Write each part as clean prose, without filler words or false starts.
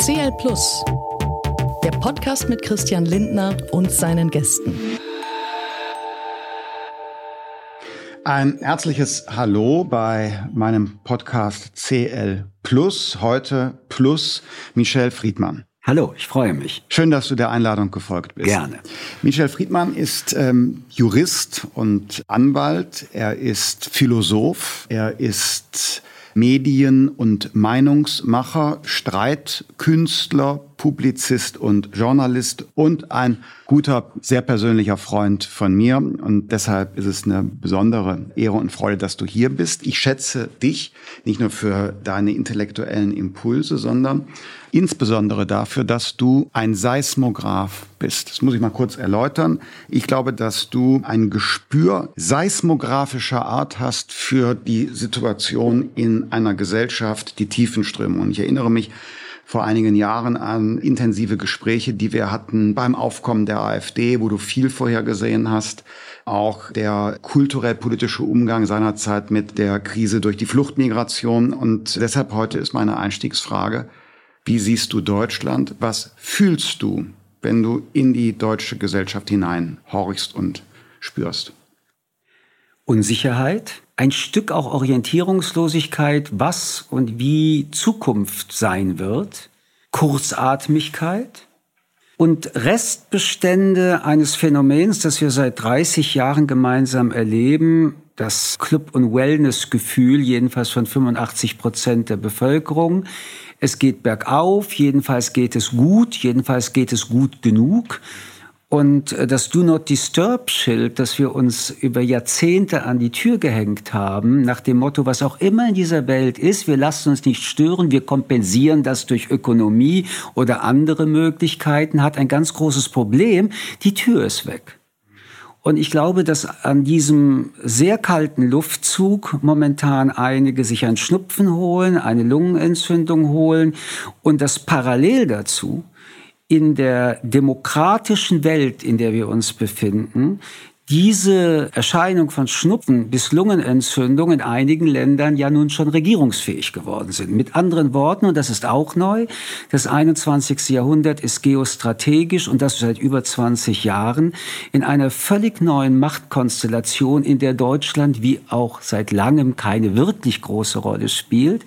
CL Plus, der Podcast mit Christian Lindner und seinen Gästen. Ein herzliches Hallo bei meinem Podcast CL Plus, heute plus Michel Friedmann. Hallo, ich freue mich. Schön, dass du der Einladung gefolgt bist. Gerne. Michel Friedmann ist Jurist und Anwalt, er ist Philosoph, er ist Medien- und Meinungsmacher, Streitkünstler, Publizist und Journalist und ein guter, sehr persönlicher Freund von mir. Und deshalb ist es eine besondere Ehre und Freude, dass du hier bist. Ich schätze dich nicht nur für deine intellektuellen Impulse, sondern insbesondere dafür, dass du ein Seismograph bist. Das muss ich mal kurz erläutern. Ich glaube, dass du ein Gespür seismographischer Art hast für die Situation in einer Gesellschaft, die Tiefenströme. Und ich erinnere mich vor einigen Jahren an intensive Gespräche, die wir hatten beim Aufkommen der AfD, wo du viel vorhergesehen hast. Auch der kulturell-politische Umgang seinerzeit mit der Krise durch die Fluchtmigration. Und deshalb heute ist meine Einstiegsfrage: Wie siehst du Deutschland? Was fühlst du, wenn du in die deutsche Gesellschaft hineinhorchst und spürst? Unsicherheit, ein Stück auch Orientierungslosigkeit, was und wie Zukunft sein wird, Kurzatmigkeit und Restbestände eines Phänomens, das wir seit 30 Jahren gemeinsam erleben, das Club- und Wellness-Gefühl, jedenfalls von 85% der Bevölkerung. Es geht bergauf, jedenfalls geht es gut genug. Und das Do Not Disturb-Schild, das wir uns über Jahrzehnte an die Tür gehängt haben, nach dem Motto, was auch immer in dieser Welt ist, wir lassen uns nicht stören, wir kompensieren das durch Ökonomie oder andere Möglichkeiten, hat ein ganz großes Problem. Die Tür ist weg. Und ich glaube, dass an diesem sehr kalten Luftzug momentan einige sich einen Schnupfen holen, eine Lungenentzündung holen und dass parallel dazu in der demokratischen Welt, in der wir uns befinden, diese Erscheinung von Schnupfen bis Lungenentzündung in einigen Ländern ja nun schon regierungsfähig geworden sind. Mit anderen Worten, und das ist auch neu, das 21. Jahrhundert ist geostrategisch und das seit über 20 Jahren in einer völlig neuen Machtkonstellation, in der Deutschland wie auch seit langem keine wirklich große Rolle spielt.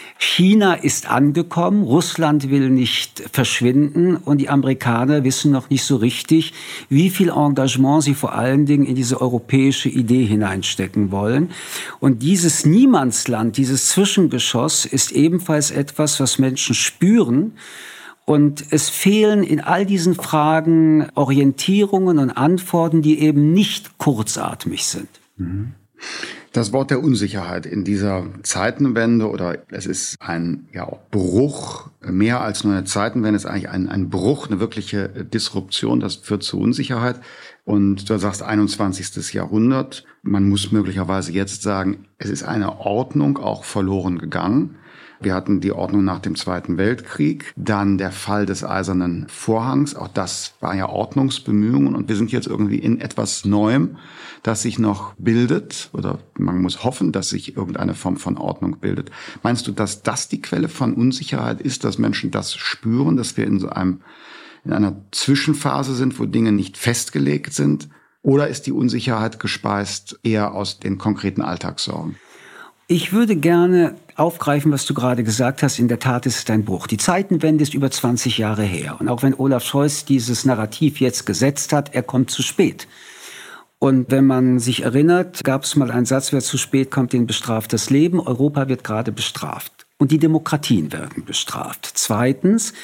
China ist angekommen, Russland will nicht verschwinden und die Amerikaner wissen noch nicht so richtig, wie viel Engagement sie vor allen Dingen in diese europäische Idee hineinstecken wollen. Und dieses Niemandsland, dieses Zwischengeschoss ist ebenfalls etwas, was Menschen spüren. Und es fehlen in all diesen Fragen Orientierungen und Antworten, die eben nicht kurzatmig sind. Mhm. Das Wort der Unsicherheit in dieser Zeitenwende, oder es ist ein auch Bruch, mehr als nur eine Zeitenwende, es ist eigentlich ein Bruch, eine wirkliche Disruption, das führt zu Unsicherheit. Und du sagst 21. Jahrhundert, man muss möglicherweise jetzt sagen, es ist eine Ordnung auch verloren gegangen. Wir hatten die Ordnung nach dem Zweiten Weltkrieg, dann der Fall des Eisernen Vorhangs. Auch das war ja Ordnungsbemühungen und wir sind jetzt irgendwie in etwas Neuem, das sich noch bildet, oder man muss hoffen, dass sich irgendeine Form von Ordnung bildet. Meinst du, dass das die Quelle von Unsicherheit ist, dass Menschen das spüren, dass wir in einer Zwischenphase sind, wo Dinge nicht festgelegt sind? Oder ist die Unsicherheit gespeist eher aus den konkreten Alltagssorgen? Ich würde gerne aufgreifen, was du gerade gesagt hast. In der Tat ist es ein Bruch. Die Zeitenwende ist über 20 Jahre her. Und auch wenn Olaf Scholz dieses Narrativ jetzt gesetzt hat, er kommt zu spät. Und wenn man sich erinnert, gab es mal einen Satz, wer zu spät kommt, den bestraft das Leben. Europa wird gerade bestraft. Und die Demokratien werden bestraft. Zweitens,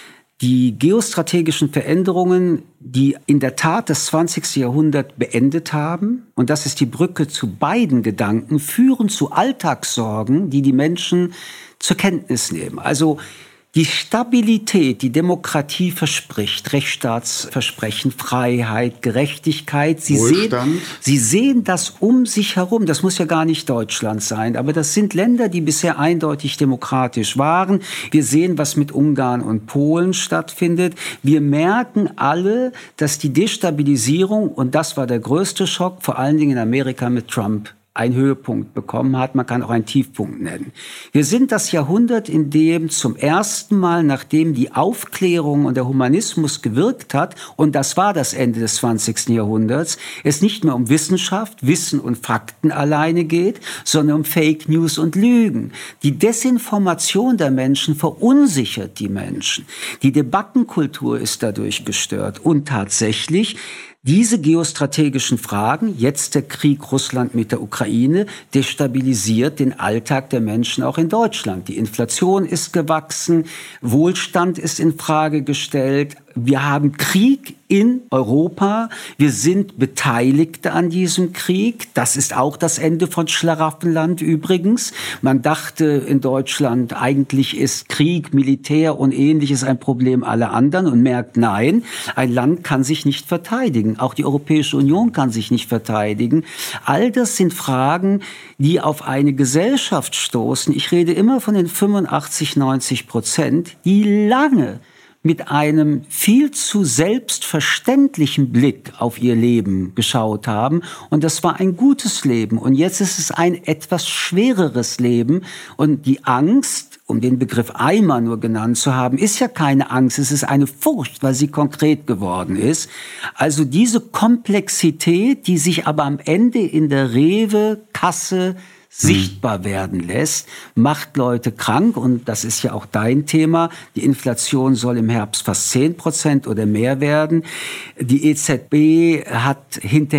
die geostrategischen Veränderungen, die in der Tat das 20. Jahrhundert beendet haben, und das ist die Brücke zu beiden Gedanken, führen zu Alltagssorgen, die die Menschen zur Kenntnis nehmen. Also die Stabilität, die Demokratie verspricht, Rechtsstaatsversprechen, Freiheit, Gerechtigkeit. Sie sehen das um sich herum. Das muss ja gar nicht Deutschland sein, aber das sind Länder, die bisher eindeutig demokratisch waren. Wir sehen, was mit Ungarn und Polen stattfindet. Wir merken alle, dass die Destabilisierung, und das war der größte Schock, vor allen Dingen in Amerika mit Trump einen Höhepunkt bekommen hat. Man kann auch einen Tiefpunkt nennen. Wir sind das Jahrhundert, in dem zum ersten Mal, nachdem die Aufklärung und der Humanismus gewirkt hat, und das war das Ende des 20. Jahrhunderts, es nicht mehr um Wissenschaft, Wissen und Fakten alleine geht, sondern um Fake News und Lügen. Die Desinformation der Menschen verunsichert die Menschen. Die Debattenkultur ist dadurch gestört. Und tatsächlich, diese geostrategischen Fragen, jetzt der Krieg Russland mit der Ukraine, destabilisiert den Alltag der Menschen auch in Deutschland. Die Inflation ist gewachsen, Wohlstand ist in Frage gestellt. Wir haben Krieg in Europa. Wir sind Beteiligte an diesem Krieg. Das ist auch das Ende von Schlaraffenland übrigens. Man dachte in Deutschland, eigentlich ist Krieg, Militär und Ähnliches ein Problem aller anderen und merkt, nein, ein Land kann sich nicht verteidigen. Auch die Europäische Union kann sich nicht verteidigen. All das sind Fragen, die auf eine Gesellschaft stoßen. Ich rede immer von den 85-90%, die lange mit einem viel zu selbstverständlichen Blick auf ihr Leben geschaut haben. Und das war ein gutes Leben. Und jetzt ist es ein etwas schwereres Leben. Und die Angst, um den Begriff Eimer nur genannt zu haben, ist ja keine Angst, es ist eine Furcht, weil sie konkret geworden ist. Also diese Komplexität, die sich aber am Ende in der Rewe-Kasse sichtbar werden lässt, macht Leute krank. Und das ist ja auch dein Thema. Die Inflation soll im Herbst fast 10% oder mehr werden. Die EZB hat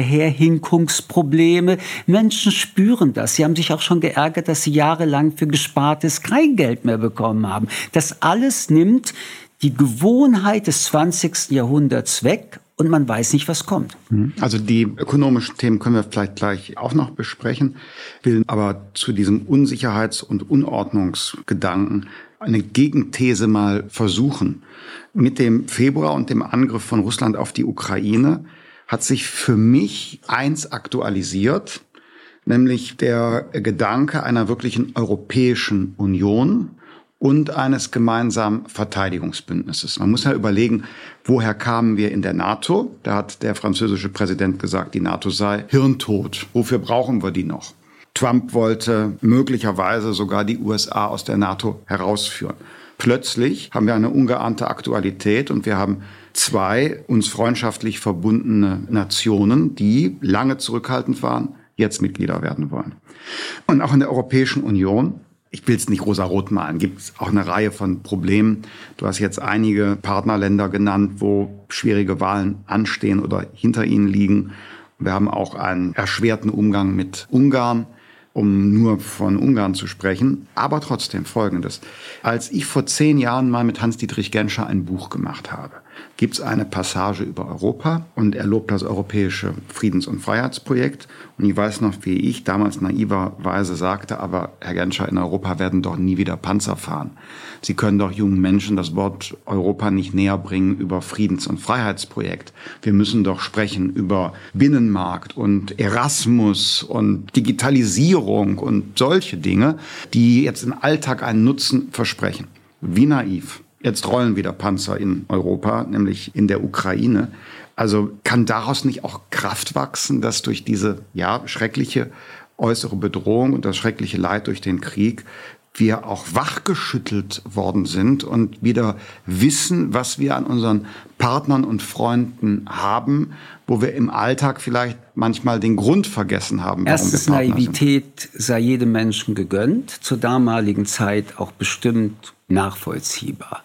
Hinterherhinkungsprobleme. Menschen spüren das. Sie haben sich auch schon geärgert, dass sie jahrelang für Gespartes kein Geld mehr bekommen haben. Das alles nimmt die Gewohnheit des 20. Jahrhunderts weg. Und man weiß nicht, was kommt. Also die ökonomischen Themen können wir vielleicht gleich auch noch besprechen. Will aber zu diesem Unsicherheits- und Unordnungsgedanken eine Gegenthese mal versuchen. Mit dem Februar und dem Angriff von Russland auf die Ukraine hat sich für mich eins aktualisiert, nämlich der Gedanke einer wirklichen Europäischen Union und eines gemeinsamen Verteidigungsbündnisses. Man muss ja überlegen, woher kamen wir in der NATO? Da hat der französische Präsident gesagt, die NATO sei hirntot. Wofür brauchen wir die noch? Trump wollte möglicherweise sogar die USA aus der NATO herausführen. Plötzlich haben wir eine ungeahnte Aktualität und wir haben zwei uns freundschaftlich verbundene Nationen, die lange zurückhaltend waren, jetzt Mitglieder werden wollen. Und auch in der Europäischen Union, ich will es nicht rosarot malen, gibt es auch eine Reihe von Problemen. Du hast jetzt einige Partnerländer genannt, wo schwierige Wahlen anstehen oder hinter ihnen liegen. Wir haben auch einen erschwerten Umgang mit Ungarn, um nur von Ungarn zu sprechen. Aber trotzdem Folgendes. Als ich vor 10 Jahren mal mit Hans-Dietrich Genscher ein Buch gemacht habe, gibt es eine Passage über Europa und er lobt das europäische Friedens- und Freiheitsprojekt. Und ich weiß noch, wie ich damals naiverweise sagte, aber Herr Genscher, in Europa werden doch nie wieder Panzer fahren. Sie können doch jungen Menschen das Wort Europa nicht näher bringen über Friedens- und Freiheitsprojekt. Wir müssen doch sprechen über Binnenmarkt und Erasmus und Digitalisierung und solche Dinge, die jetzt im Alltag einen Nutzen versprechen. Wie naiv. Jetzt rollen wieder Panzer in Europa, nämlich in der Ukraine. Also kann daraus nicht auch Kraft wachsen, dass durch diese schreckliche äußere Bedrohung und das schreckliche Leid durch den Krieg wir auch wachgeschüttelt worden sind und wieder wissen, was wir an unseren Partnern und Freunden haben, wo wir im Alltag vielleicht manchmal den Grund vergessen haben, warum Erstens, wir Partner Naivität sei jedem Menschen gegönnt, zur damaligen Zeit auch bestimmt nachvollziehbar.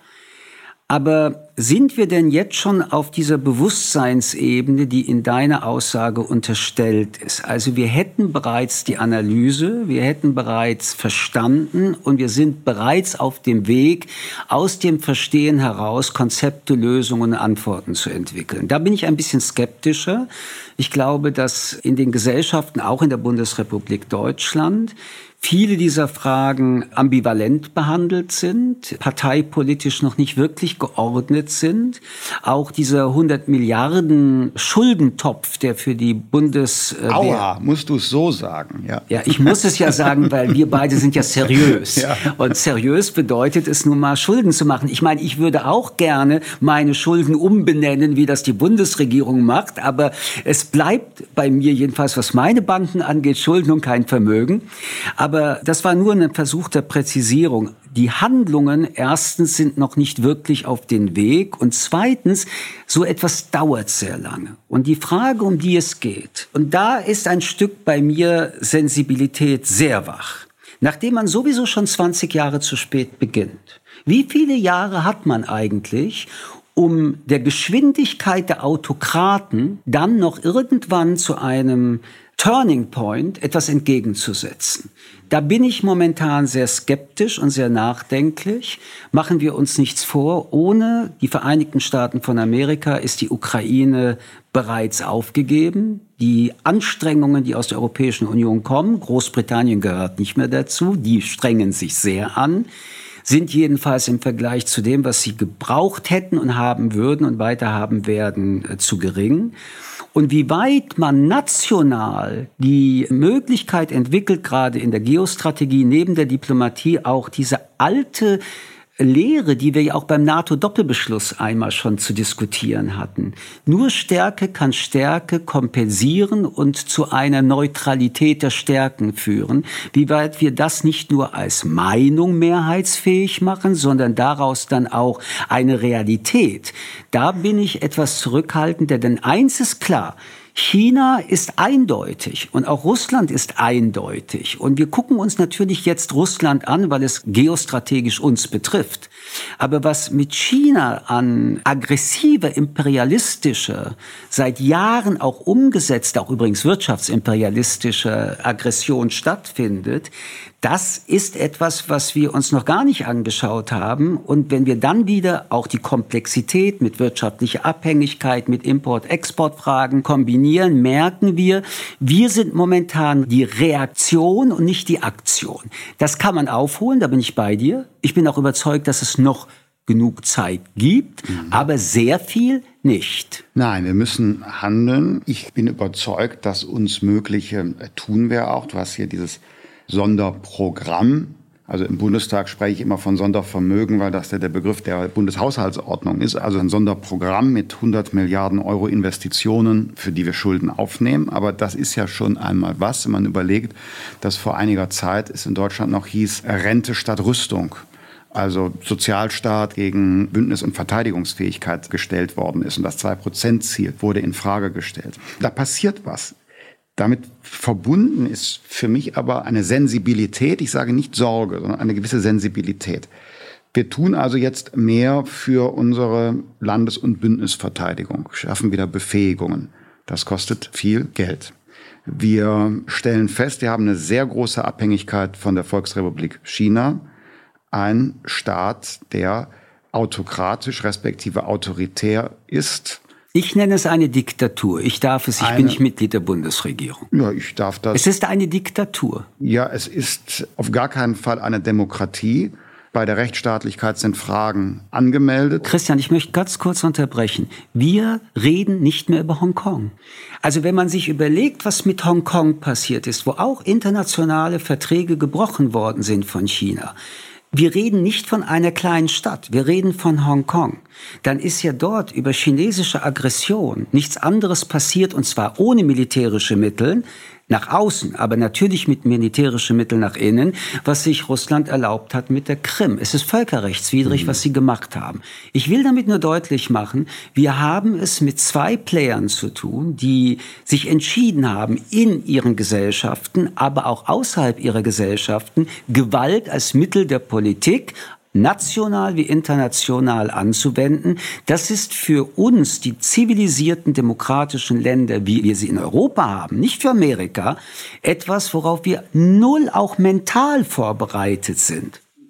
Aber sind wir denn jetzt schon auf dieser Bewusstseinsebene, die in deiner Aussage unterstellt ist? Also wir hätten bereits die Analyse, wir hätten bereits verstanden und wir sind bereits auf dem Weg, aus dem Verstehen heraus Konzepte, Lösungen und Antworten zu entwickeln. Da bin ich ein bisschen skeptischer. Ich glaube, dass in den Gesellschaften, auch in der Bundesrepublik Deutschland, viele dieser Fragen ambivalent behandelt sind, parteipolitisch noch nicht wirklich geordnet sind. Auch dieser 100 Milliarden Schuldentopf, der für die Bundeswehr... Aua, musst du es so sagen, ja. Ja, ich muss es ja sagen, weil wir beide sind ja seriös. Ja. Und seriös bedeutet es nun mal, Schulden zu machen. Ich meine, ich würde auch gerne meine Schulden umbenennen, wie das die Bundesregierung macht, aber es bleibt bei mir jedenfalls, was meine Banden angeht, Schulden und kein Vermögen. Aber das war nur ein Versuch der Präzisierung. Die Handlungen erstens sind noch nicht wirklich auf den Weg und zweitens, so etwas dauert sehr lange. Und die Frage, um die es geht, und da ist ein Stück bei mir Sensibilität sehr wach. Nachdem man sowieso schon 20 Jahre zu spät beginnt, wie viele Jahre hat man eigentlich, um der Geschwindigkeit der Autokraten dann noch irgendwann zu einem Turning Point etwas entgegenzusetzen? Da bin ich momentan sehr skeptisch und sehr nachdenklich. Machen wir uns nichts vor, ohne die Vereinigten Staaten von Amerika ist die Ukraine bereits aufgegeben. Die Anstrengungen, die aus der Europäischen Union kommen, Großbritannien gehört nicht mehr dazu, die strengen sich sehr an, sind jedenfalls im Vergleich zu dem, was sie gebraucht hätten und haben würden und weiter haben werden, zu gering. Und wie weit man national die Möglichkeit entwickelt, gerade in der Geostrategie, neben der Diplomatie auch diese alte Lehre, die wir ja auch beim NATO-Doppelbeschluss einmal schon zu diskutieren hatten. Nur Stärke kann Stärke kompensieren und zu einer Neutralität der Stärken führen. Wie weit wir das nicht nur als Meinung mehrheitsfähig machen, sondern daraus dann auch eine Realität. Da bin ich etwas zurückhaltender, denn eins ist klar: China ist eindeutig und auch Russland ist eindeutig. Und wir gucken uns natürlich jetzt Russland an, weil es geostrategisch uns betrifft. Aber was mit China an aggressiver, imperialistischer, seit Jahren auch umgesetzt, auch übrigens wirtschaftsimperialistischer Aggression stattfindet, das ist etwas, was wir uns noch gar nicht angeschaut haben. Und wenn wir dann wieder auch die Komplexität mit wirtschaftlicher Abhängigkeit, mit Import-Export-Fragen kombinieren, merken wir sind momentan die Reaktion und nicht die Aktion. Das kann man aufholen, da bin ich bei dir. Ich bin auch überzeugt, dass es noch genug Zeit gibt, aber sehr viel nicht. Nein, wir müssen handeln. Ich bin überzeugt, dass uns Mögliche tun wir auch. Du hast hier dieses Sonderprogramm. Also im Bundestag spreche ich immer von Sondervermögen, weil das der Begriff der Bundeshaushaltsordnung ist. Also ein Sonderprogramm mit 100 Milliarden Euro Investitionen, für die wir Schulden aufnehmen. Aber das ist ja schon einmal was, wenn man überlegt, dass vor einiger Zeit es in Deutschland noch hieß, Rente statt Rüstung. Also Sozialstaat gegen Bündnis- und Verteidigungsfähigkeit gestellt worden ist. Und das 2%-Ziel wurde in Frage gestellt. Da passiert was. Damit verbunden ist für mich aber eine Sensibilität, ich sage nicht Sorge, sondern eine gewisse Sensibilität. Wir tun also jetzt mehr für unsere Landes- und Bündnisverteidigung, schaffen wieder Befähigungen. Das kostet viel Geld. Wir stellen fest, wir haben eine sehr große Abhängigkeit von der Volksrepublik China, ein Staat, der autokratisch respektive autoritär ist. Ich nenne es eine Diktatur. Ich bin nicht Mitglied der Bundesregierung. Ja, ich darf das. Es ist eine Diktatur. Ja, es ist auf gar keinen Fall eine Demokratie. Bei der Rechtsstaatlichkeit sind Fragen angemeldet. Christian, ich möchte ganz kurz unterbrechen. Wir reden nicht mehr über Hongkong. Also wenn man sich überlegt, was mit Hongkong passiert ist, wo auch internationale Verträge gebrochen worden sind von China. Wir reden nicht von einer kleinen Stadt, wir reden von Hongkong. Dann ist ja dort über chinesische Aggression nichts anderes passiert, und zwar ohne militärische Mittel nach außen, aber natürlich mit militärischen Mitteln nach innen, was sich Russland erlaubt hat mit der Krim. Es ist völkerrechtswidrig, was sie gemacht haben. Ich will damit nur deutlich machen, wir haben es mit zwei Playern zu tun, die sich entschieden haben, in ihren Gesellschaften, aber auch außerhalb ihrer Gesellschaften, Gewalt als Mittel der Politik national wie international anzuwenden. Das ist für uns, die zivilisierten demokratischen Länder, wie wir sie in Europa haben, nicht für Amerika, etwas, worauf wir null auch mental vorbereitet sind.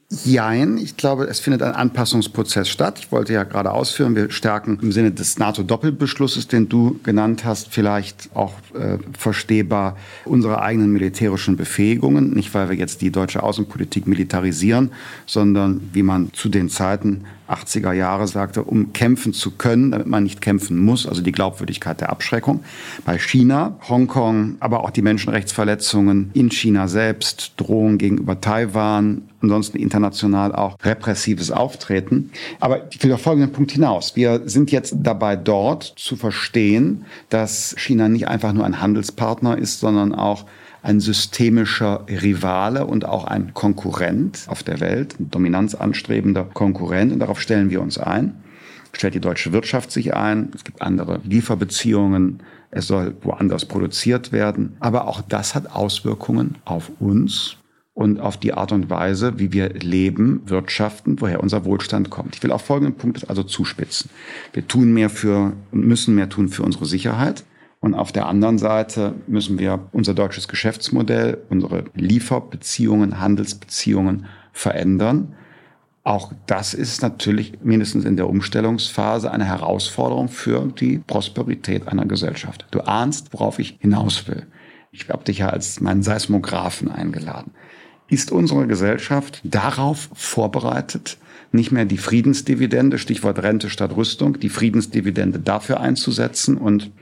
Jein, ich glaube, es findet ein Anpassungsprozess statt. Ich wollte ja gerade ausführen, wir stärken im Sinne des NATO-Doppelbeschlusses, den du genannt hast, vielleicht auch verstehbar unsere eigenen militärischen Befähigungen. Nicht, weil wir jetzt die deutsche Außenpolitik militarisieren, sondern wie man zu den Zeiten 80er Jahre sagte, um kämpfen zu können, damit man nicht kämpfen muss, also die Glaubwürdigkeit der Abschreckung. Bei China, Hongkong, aber auch die Menschenrechtsverletzungen in China selbst, Drohungen gegenüber Taiwan, ansonsten international auch repressives Auftreten. Aber ich will auf folgenden Punkt hinaus. Wir sind jetzt dabei, dort zu verstehen, dass China nicht einfach nur ein Handelspartner ist, sondern auch ein systemischer Rivale und auch ein Konkurrent auf der Welt, ein dominanzanstrebender Konkurrent. Und darauf stellen wir uns ein. Stellt die deutsche Wirtschaft sich ein. Es gibt andere Lieferbeziehungen. Es soll woanders produziert werden. Aber auch das hat Auswirkungen auf uns und auf die Art und Weise, wie wir leben, wirtschaften, woher unser Wohlstand kommt. Ich will auf folgenden Punkt also zuspitzen. Wir tun mehr für und müssen mehr tun für unsere Sicherheit. Und auf der anderen Seite müssen wir unser deutsches Geschäftsmodell, unsere Lieferbeziehungen, Handelsbeziehungen verändern. Auch das ist natürlich mindestens in der Umstellungsphase eine Herausforderung für die Prosperität einer Gesellschaft. Du ahnst, worauf ich hinaus will. Ich habe dich ja als meinen Seismographen eingeladen. Ist unsere Gesellschaft darauf vorbereitet, nicht mehr die Friedensdividende, Stichwort Rente statt Rüstung, die Friedensdividende dafür einzusetzen und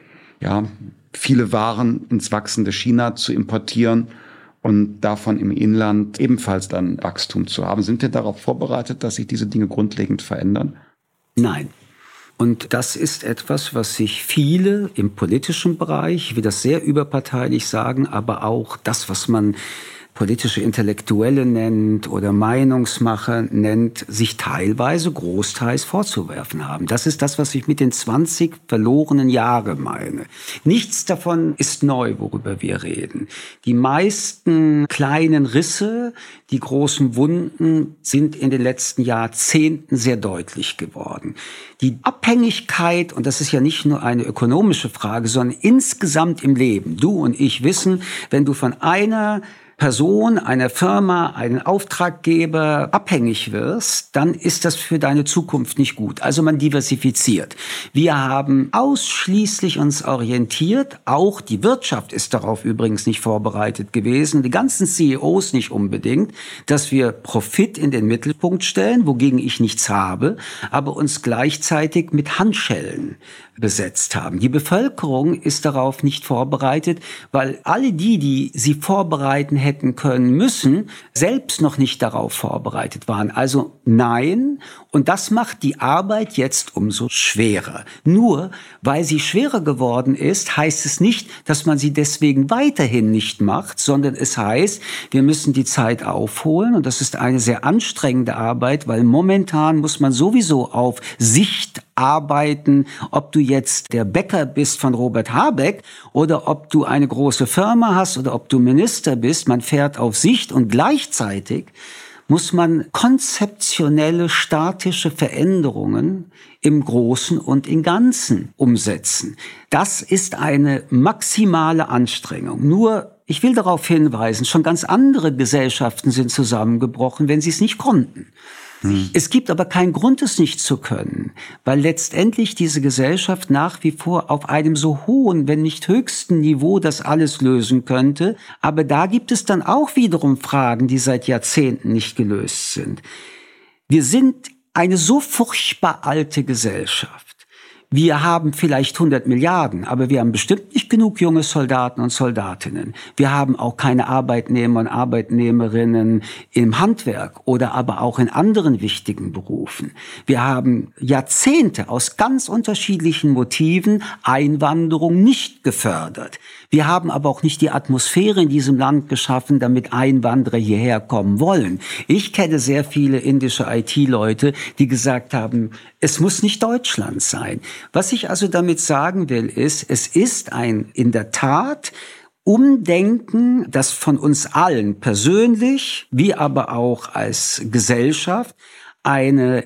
viele Waren ins wachsende China zu importieren und davon im Inland ebenfalls dann Wachstum zu haben? Sind wir darauf vorbereitet, dass sich diese Dinge grundlegend verändern? Nein. Und das ist etwas, was sich viele im politischen Bereich, ich will das sehr überparteilich sagen, aber auch das, was man politische Intellektuelle nennt oder Meinungsmacher nennt, sich teilweise großteils vorzuwerfen haben. Das ist das, was ich mit den 20 verlorenen Jahren meine. Nichts davon ist neu, worüber wir reden. Die meisten kleinen Risse, die großen Wunden sind in den letzten Jahrzehnten sehr deutlich geworden. Die Abhängigkeit, und das ist ja nicht nur eine ökonomische Frage, sondern insgesamt im Leben. Du und ich wissen, wenn du von einer Person, einer Firma, einen Auftraggeber abhängig wirst, dann ist das für deine Zukunft nicht gut. Also man diversifiziert. Wir haben ausschließlich uns orientiert, auch die Wirtschaft ist darauf übrigens nicht vorbereitet gewesen, die ganzen CEOs nicht unbedingt, dass wir Profit in den Mittelpunkt stellen, wogegen ich nichts habe, aber uns gleichzeitig mit Handschellen besetzt haben. Die Bevölkerung ist darauf nicht vorbereitet, weil alle die sie vorbereiten hätten können müssen, selbst noch nicht darauf vorbereitet waren. Also nein, und das macht die Arbeit jetzt umso schwerer. Nur weil sie schwerer geworden ist, heißt es nicht, dass man sie deswegen weiterhin nicht macht, sondern es heißt, wir müssen die Zeit aufholen und das ist eine sehr anstrengende Arbeit, weil momentan muss man sowieso auf Sicht arbeiten, ob du jetzt der Bäcker bist von Robert Habeck oder ob du eine große Firma hast oder ob du Minister bist. Man fährt auf Sicht und gleichzeitig muss man konzeptionelle, statische Veränderungen im Großen und im Ganzen umsetzen. Das ist eine maximale Anstrengung. Nur, ich will darauf hinweisen, schon ganz andere Gesellschaften sind zusammengebrochen, wenn sie es nicht konnten. Es gibt aber keinen Grund, es nicht zu können, weil letztendlich diese Gesellschaft nach wie vor auf einem so hohen, wenn nicht höchsten Niveau das alles lösen könnte. Aber da gibt es dann auch wiederum Fragen, die seit Jahrzehnten nicht gelöst sind. Wir sind eine so furchtbar alte Gesellschaft. Wir haben vielleicht 100 Milliarden, aber wir haben bestimmt nicht genug junge Soldaten und Soldatinnen. Wir haben auch keine Arbeitnehmer und Arbeitnehmerinnen im Handwerk oder aber auch in anderen wichtigen Berufen. Wir haben Jahrzehnte aus ganz unterschiedlichen Motiven Einwanderung nicht gefördert. Wir haben aber auch nicht die Atmosphäre in diesem Land geschaffen, damit Einwanderer hierher kommen wollen. Ich kenne sehr viele indische IT-Leute, die gesagt haben, es muss nicht Deutschland sein. Was ich also damit sagen will, ist, es ist ein in der Tat Umdenken, das von uns allen persönlich, wie aber auch als Gesellschaft, eine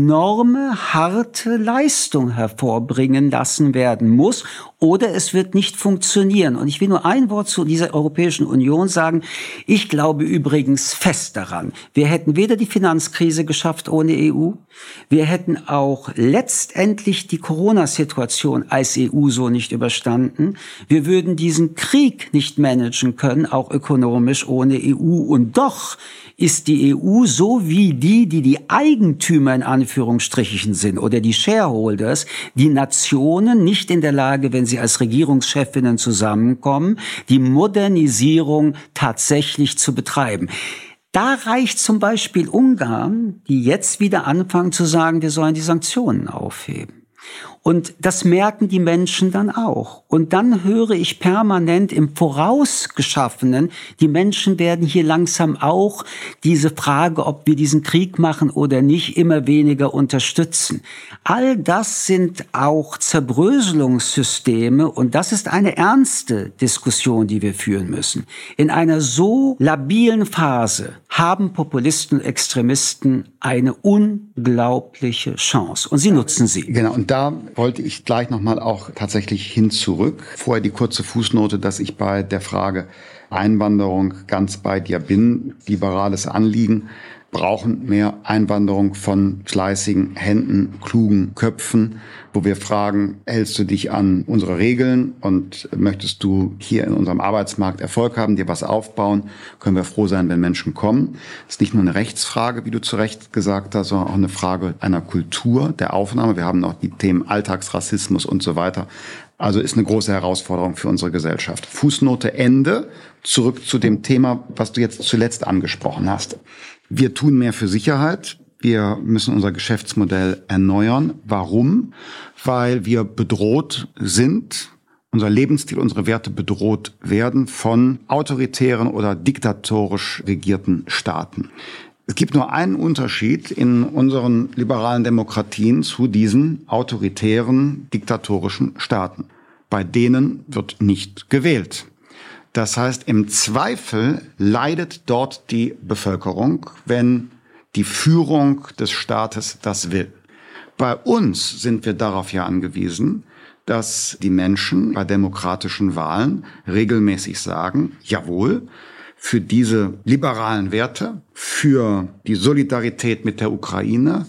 enorme, harte Leistung hervorbringen lassen werden muss, oder es wird nicht funktionieren. Und ich will nur ein Wort zu dieser Europäischen Union sagen. Ich glaube übrigens fest daran, wir hätten weder die Finanzkrise geschafft ohne EU, wir hätten auch letztendlich die Corona-Situation als EU so nicht überstanden, wir würden diesen Krieg nicht managen können, auch ökonomisch ohne EU. Und doch ist die EU so wie die Eigentümer in Anführungsstrichen sind oder die Shareholders, die Nationen nicht in der Lage, wenn sie als Regierungschefinnen zusammenkommen, die Modernisierung tatsächlich zu betreiben. Da reicht zum Beispiel Ungarn, die jetzt wieder anfangen zu sagen, wir sollen die Sanktionen aufheben. Und das merken die Menschen dann auch. Und dann höre ich permanent im Vorausgeschaffenen, die Menschen werden hier langsam auch diese Frage, ob wir diesen Krieg machen oder nicht, immer weniger unterstützen. All das sind auch Zerbröselungssysteme und das ist eine ernste Diskussion, die wir führen müssen. In einer so labilen Phase haben Populisten und Extremisten eine unglaubliche Chance und sie nutzen sie. Genau, und da wollte ich gleich nochmal auch tatsächlich hin zurück. Vorher die kurze Fußnote, dass ich bei der Frage Einwanderung ganz bei dir bin. Liberales Anliegen. Brauchen mehr Einwanderung von fleißigen Händen, klugen Köpfen, wo wir fragen, hältst du dich an unsere Regeln und möchtest du hier in unserem Arbeitsmarkt Erfolg haben, dir was aufbauen, können wir froh sein, wenn Menschen kommen. Das ist nicht nur eine Rechtsfrage, wie du zu Recht gesagt hast, sondern auch eine Frage einer Kultur, der Aufnahme. Wir haben noch die Themen Alltagsrassismus und so weiter. Also ist eine große Herausforderung für unsere Gesellschaft. Fußnote Ende. Zurück zu dem Thema, was du jetzt zuletzt angesprochen hast. Wir tun mehr für Sicherheit. Wir müssen unser Geschäftsmodell erneuern. Warum? Weil wir bedroht sind, unser Lebensstil, unsere Werte bedroht werden von autoritären oder diktatorisch regierten Staaten. Es gibt nur einen Unterschied in unseren liberalen Demokratien zu diesen autoritären, diktatorischen Staaten. Bei denen wird nicht gewählt. Das heißt, im Zweifel leidet dort die Bevölkerung, wenn die Führung des Staates das will. Bei uns sind wir darauf ja angewiesen, dass die Menschen bei demokratischen Wahlen regelmäßig sagen, jawohl, für diese liberalen Werte, für die Solidarität mit der Ukraine,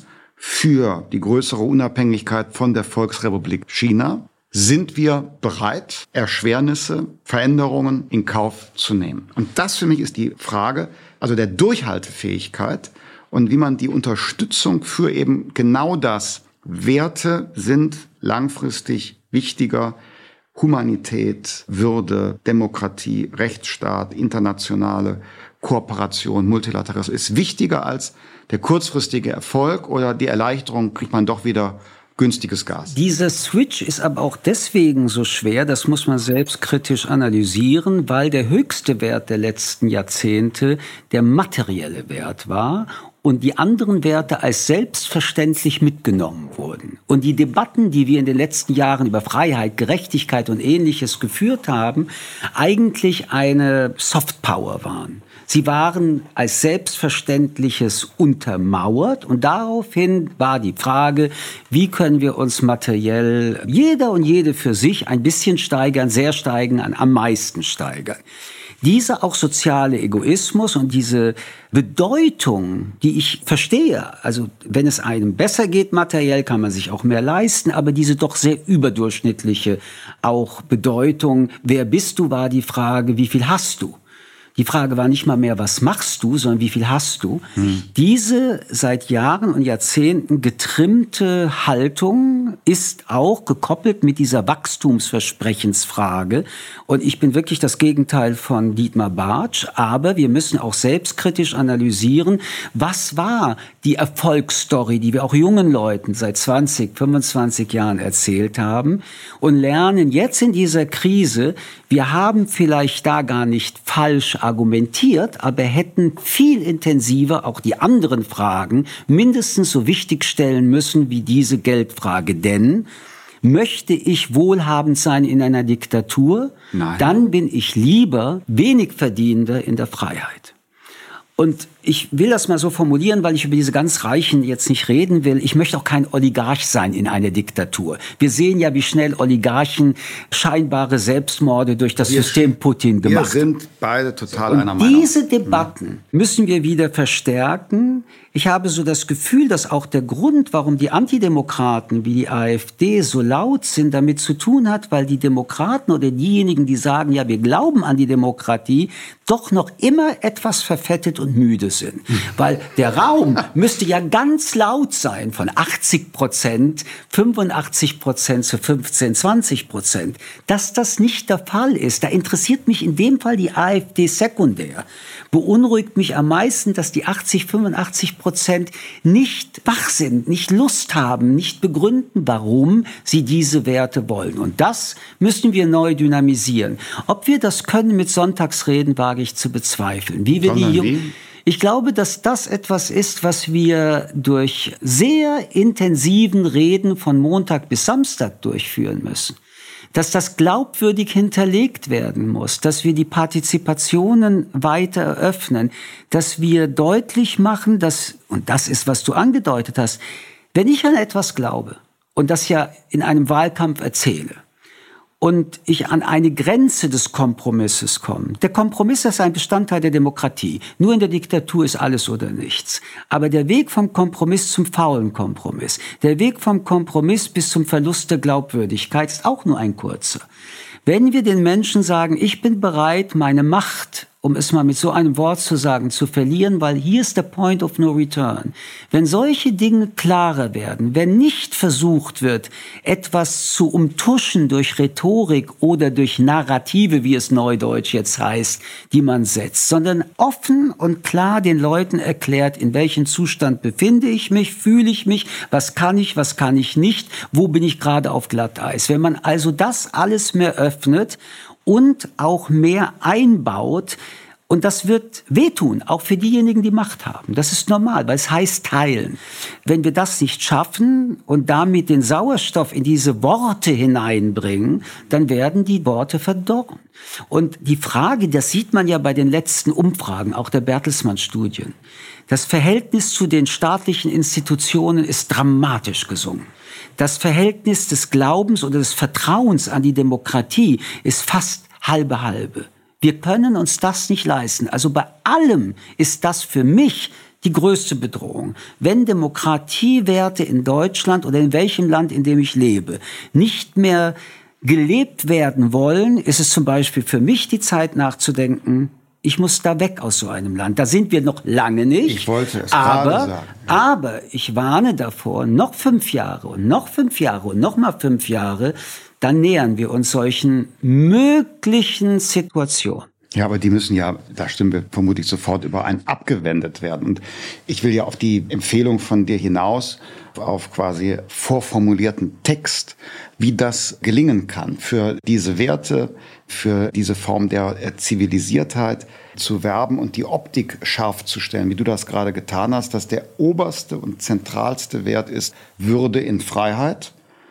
für die größere Unabhängigkeit von der Volksrepublik China, sind wir bereit, Erschwernisse, Veränderungen in Kauf zu nehmen. Und das für mich ist die Frage, also der Durchhaltefähigkeit und wie man die Unterstützung für eben genau das, Werte sind langfristig wichtiger, Humanität, Würde, Demokratie, Rechtsstaat, internationale Kooperation, Multilateralismus ist wichtiger als der kurzfristige Erfolg oder die Erleichterung, kriegt man doch wieder günstiges Gas. Dieser Switch ist aber auch deswegen so schwer, das muss man selbstkritisch analysieren, weil der höchste Wert der letzten Jahrzehnte der materielle Wert war und die anderen Werte als selbstverständlich mitgenommen wurden. Und die Debatten, die wir in den letzten Jahren über Freiheit, Gerechtigkeit und Ähnliches geführt haben, eigentlich eine Softpower waren. Sie waren als Selbstverständliches untermauert und daraufhin war die Frage, wie können wir uns materiell, jeder und jede für sich, ein bisschen steigern, sehr steigern, am meisten steigern. Dieser auch soziale Egoismus und diese Bedeutung, die ich verstehe, also wenn es einem besser geht materiell, kann man sich auch mehr leisten, aber diese doch sehr überdurchschnittliche auch Bedeutung, wer bist du, war die Frage, wie viel hast du? Die Frage war nicht mal mehr, was machst du, sondern wie viel hast du? Diese seit Jahren und Jahrzehnten getrimmte Haltung ist auch gekoppelt mit dieser Wachstumsversprechensfrage. Und ich bin wirklich das Gegenteil von Dietmar Bartsch. Aber wir müssen auch selbstkritisch analysieren, was war die Erfolgsstory, die wir auch jungen Leuten seit 20, 25 Jahren erzählt haben und lernen jetzt in dieser Krise, wir haben vielleicht da gar nicht falsch argumentiert, aber hätten viel intensiver auch die anderen Fragen mindestens so wichtig stellen müssen wie diese Geldfrage. Denn möchte ich wohlhabend sein in einer Diktatur, Nein. Dann bin ich lieber wenig Verdienender in der Freiheit. Und Ich will das mal so formulieren, weil ich über diese ganz Reichen jetzt nicht reden will. Ich möchte auch kein Oligarch sein in einer Diktatur. Wir sehen ja, wie schnell Oligarchen scheinbare Selbstmorde durch das System Putin gemacht haben. Wir sind beide total einer Meinung. Diese Debatten müssen wir wieder verstärken. Ich habe so das Gefühl, dass auch der Grund, warum die Antidemokraten wie die AfD so laut sind, damit zu tun hat, weil die Demokraten oder diejenigen, die sagen, ja, wir glauben an die Demokratie, doch noch immer etwas verfettet und müde sind. Weil der Raum müsste ja ganz laut sein, von 80%, 85% zu 15-20%. Dass das nicht der Fall ist, da interessiert mich in dem Fall die AfD sekundär. Beunruhigt mich am meisten, dass die 80-85% nicht wach sind, nicht Lust haben, nicht begründen, warum sie diese Werte wollen. Und das müssen wir neu dynamisieren. Ob wir das können mit Sonntagsreden, wage ich zu bezweifeln. Ich glaube, dass das etwas ist, was wir durch sehr intensiven Reden von Montag bis Samstag durchführen müssen. Dass das glaubwürdig hinterlegt werden muss, dass wir die Partizipationen weiter eröffnen, dass wir deutlich machen, dass, und das ist, was du angedeutet hast, wenn ich an etwas glaube und das ja in einem Wahlkampf erzähle, und ich an eine Grenze des Kompromisses komme. Der Kompromiss ist ein Bestandteil der Demokratie. Nur in der Diktatur ist alles oder nichts. Aber der Weg vom Kompromiss zum faulen Kompromiss, der Weg vom Kompromiss bis zum Verlust der Glaubwürdigkeit ist auch nur ein kurzer. Wenn wir den Menschen sagen, ich bin bereit, meine Macht, um es mal mit so einem Wort zu sagen, zu verlieren, weil hier ist der Point of No Return. Wenn solche Dinge klarer werden, wenn nicht versucht wird, etwas zu umtuschen durch Rhetorik oder durch Narrative, wie es neudeutsch jetzt heißt, die man setzt, sondern offen und klar den Leuten erklärt, in welchem Zustand befinde ich mich, fühle ich mich, was kann ich nicht, wo bin ich gerade auf Glatteis. Wenn man also das alles mehr öffnet und auch mehr einbaut, und das wird wehtun, auch für diejenigen, die Macht haben. Das ist normal, weil es heißt teilen. Wenn wir das nicht schaffen und damit den Sauerstoff in diese Worte hineinbringen, dann werden die Worte verdorren. Und die Frage, das sieht man ja bei den letzten Umfragen, auch der Bertelsmann-Studien, das Verhältnis zu den staatlichen Institutionen ist dramatisch gesunken. Das Verhältnis des Glaubens oder des Vertrauens an die Demokratie ist fast halbe. Wir können uns das nicht leisten. Also bei allem ist das für mich die größte Bedrohung. Wenn Demokratiewerte in Deutschland oder in welchem Land, in dem ich lebe, nicht mehr gelebt werden wollen, ist es zum Beispiel für mich die Zeit nachzudenken, ich muss da weg aus so einem Land. Da sind wir noch lange nicht. Ich wollte es gerade sagen. Aber ich warne davor, noch 5 Jahre und noch 5 Jahre und noch mal 5 Jahre, dann nähern wir uns solchen möglichen Situationen. Ja, aber die müssen ja, da stimmen wir vermutlich sofort überein, abgewendet werden. Und ich will ja auf die Empfehlung von dir hinaus, auf quasi vorformulierten Text, wie das gelingen kann, für diese Werte, für diese Form der Zivilisiertheit zu werben und die Optik scharf zu stellen, wie du das gerade getan hast, dass der oberste und zentralste Wert ist Würde in Freiheit.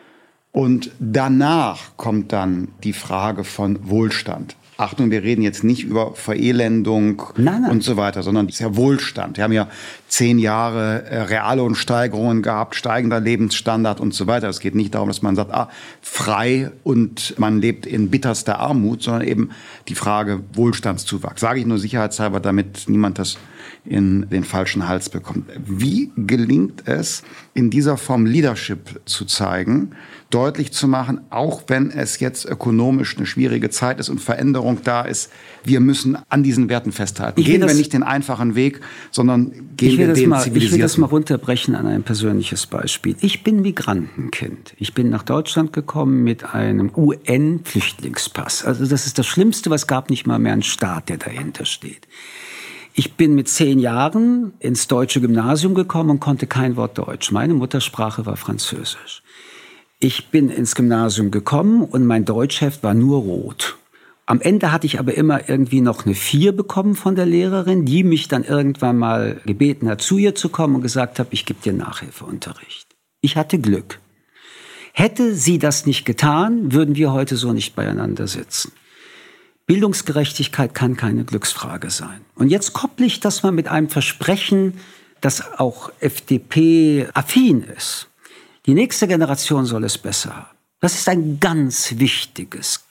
Und danach kommt dann die Frage von Wohlstand. Achtung, wir reden jetzt nicht über Verelendung und so weiter, sondern es ist ja Wohlstand. Wir haben ja 10 Jahre Reallohnsteigerungen gehabt, steigender Lebensstandard und so weiter. Es geht nicht darum, dass man sagt, frei und man lebt in bitterster Armut, sondern eben die Frage Wohlstandszuwachs. Sage ich nur sicherheitshalber, damit niemand das in den falschen Hals bekommt. Wie gelingt es, in dieser Form Leadership zu zeigen, deutlich zu machen, auch wenn es jetzt ökonomisch eine schwierige Zeit ist und Veränderung da ist, wir müssen an diesen Werten festhalten. Gehen wir nicht den einfachen Weg, sondern gehen wir den zivilisierten. Ich will das mal runterbrechen an ein persönliches Beispiel. Ich bin Migrantenkind. Ich bin nach Deutschland gekommen mit einem UN-Flüchtlingspass. Also das ist das Schlimmste, was gab, nicht mal mehr einen Staat, der dahinter steht. Ich bin mit 10 Jahren ins deutsche Gymnasium gekommen und konnte kein Wort Deutsch. Meine Muttersprache war Französisch. Ich bin ins Gymnasium gekommen und mein Deutschheft war nur rot. Am Ende hatte ich aber immer irgendwie noch eine 4 bekommen von der Lehrerin, die mich dann irgendwann mal gebeten hat, zu ihr zu kommen und gesagt hat, ich gebe dir Nachhilfeunterricht. Ich hatte Glück. Hätte sie das nicht getan, würden wir heute so nicht beieinander sitzen. Bildungsgerechtigkeit kann keine Glücksfrage sein. Und jetzt kopple ich das mal mit einem Versprechen, das auch FDP-affin ist. Die nächste Generation soll es besser haben. Das ist ein ganz wichtiges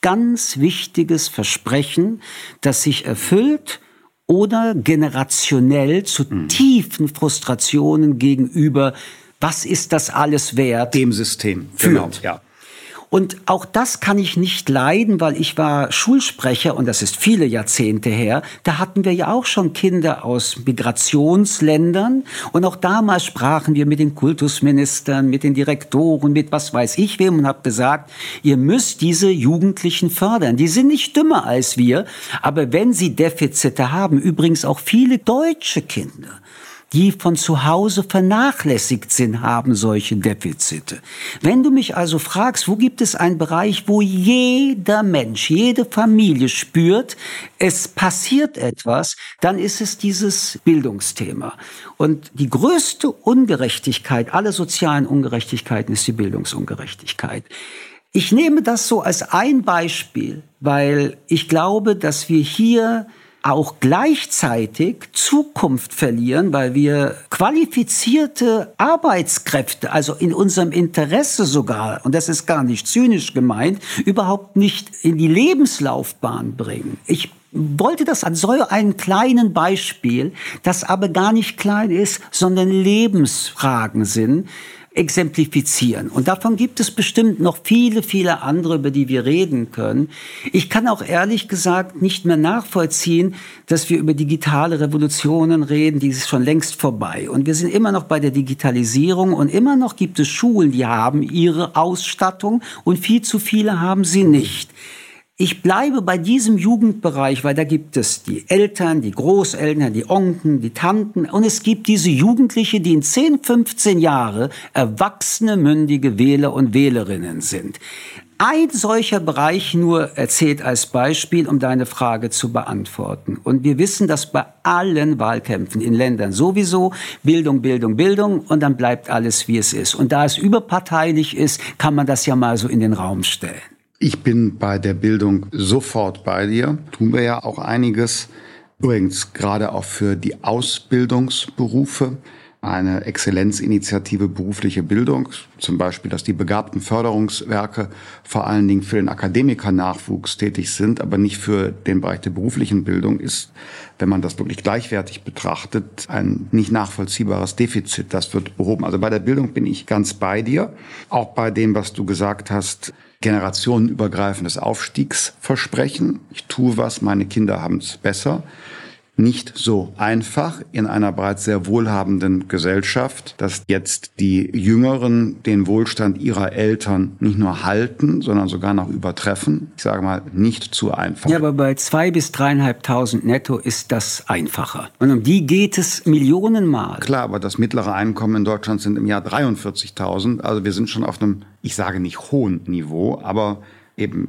Versprechen, das sich erfüllt oder generationell zu tiefen Frustrationen gegenüber, was ist das alles wert, dem System führt. Genau, ja. Und auch das kann ich nicht leiden, weil ich war Schulsprecher und das ist viele Jahrzehnte her. Da hatten wir ja auch schon Kinder aus Migrationsländern und auch damals sprachen wir mit den Kultusministern, mit den Direktoren, mit was weiß ich wem und habe gesagt, ihr müsst diese Jugendlichen fördern. Die sind nicht dümmer als wir, aber wenn sie Defizite haben, übrigens auch viele deutsche Kinder, die von zu Hause vernachlässigt sind, haben solche Defizite. Wenn du mich also fragst, wo gibt es einen Bereich, wo jeder Mensch, jede Familie spürt, es passiert etwas, dann ist es dieses Bildungsthema. Und die größte Ungerechtigkeit, alle sozialen Ungerechtigkeiten, ist die Bildungsungerechtigkeit. Ich nehme das so als ein Beispiel, weil ich glaube, dass wir hier auch gleichzeitig Zukunft verlieren, weil wir qualifizierte Arbeitskräfte, also in unserem Interesse sogar, und das ist gar nicht zynisch gemeint, überhaupt nicht in die Lebenslaufbahn bringen. Ich wollte das an so einem kleinen Beispiel, das aber gar nicht klein ist, sondern Lebensfragen sind, exemplifizieren. Und davon gibt es bestimmt noch viele, viele andere, über die wir reden können. Ich kann auch ehrlich gesagt nicht mehr nachvollziehen, dass wir über digitale Revolutionen reden, die ist schon längst vorbei. Und wir sind immer noch bei der Digitalisierung und immer noch gibt es Schulen, die haben ihre Ausstattung und viel zu viele haben sie nicht. Ich bleibe bei diesem Jugendbereich, weil da gibt es die Eltern, die Großeltern, die Onkel, die Tanten und es gibt diese Jugendliche, die in 10, 15 Jahre erwachsene, mündige Wähler und Wählerinnen sind. Ein solcher Bereich nur erzählt als Beispiel, um deine Frage zu beantworten. Und wir wissen, dass bei allen Wahlkämpfen in Ländern sowieso Bildung, Bildung, Bildung und dann bleibt alles, wie es ist. Und da es überparteilich ist, kann man das ja mal so in den Raum stellen. Ich bin bei der Bildung sofort bei dir. Tun wir ja auch einiges. Übrigens gerade auch für die Ausbildungsberufe. Eine Exzellenzinitiative berufliche Bildung. Zum Beispiel, dass die begabten Förderungswerke vor allen Dingen für den Akademikernachwuchs tätig sind, aber nicht für den Bereich der beruflichen Bildung ist, wenn man das wirklich gleichwertig betrachtet, ein nicht nachvollziehbares Defizit. Das wird behoben. Also bei der Bildung bin ich ganz bei dir. Auch bei dem, was du gesagt hast, generationenübergreifendes Aufstiegsversprechen. Ich tue was, meine Kinder haben es besser. Nicht so einfach in einer bereits sehr wohlhabenden Gesellschaft, dass jetzt die Jüngeren den Wohlstand ihrer Eltern nicht nur halten, sondern sogar noch übertreffen. Ich sage mal, nicht zu einfach. Ja, aber bei 2.000 bis 3.500 netto ist das einfacher. Und um die geht es Millionenmal. Klar, aber das mittlere Einkommen in Deutschland sind im Jahr 43.000. Also wir sind schon auf einem, ich sage nicht hohen Niveau, aber eben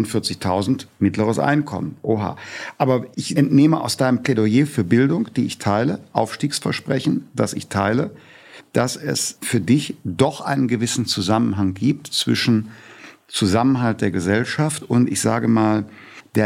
43.000 mittleres Einkommen. Oha. Aber ich entnehme aus deinem Plädoyer für Bildung, die ich teile, Aufstiegsversprechen, das ich teile, dass es für dich doch einen gewissen Zusammenhang gibt zwischen Zusammenhalt der Gesellschaft und, ich sage mal, der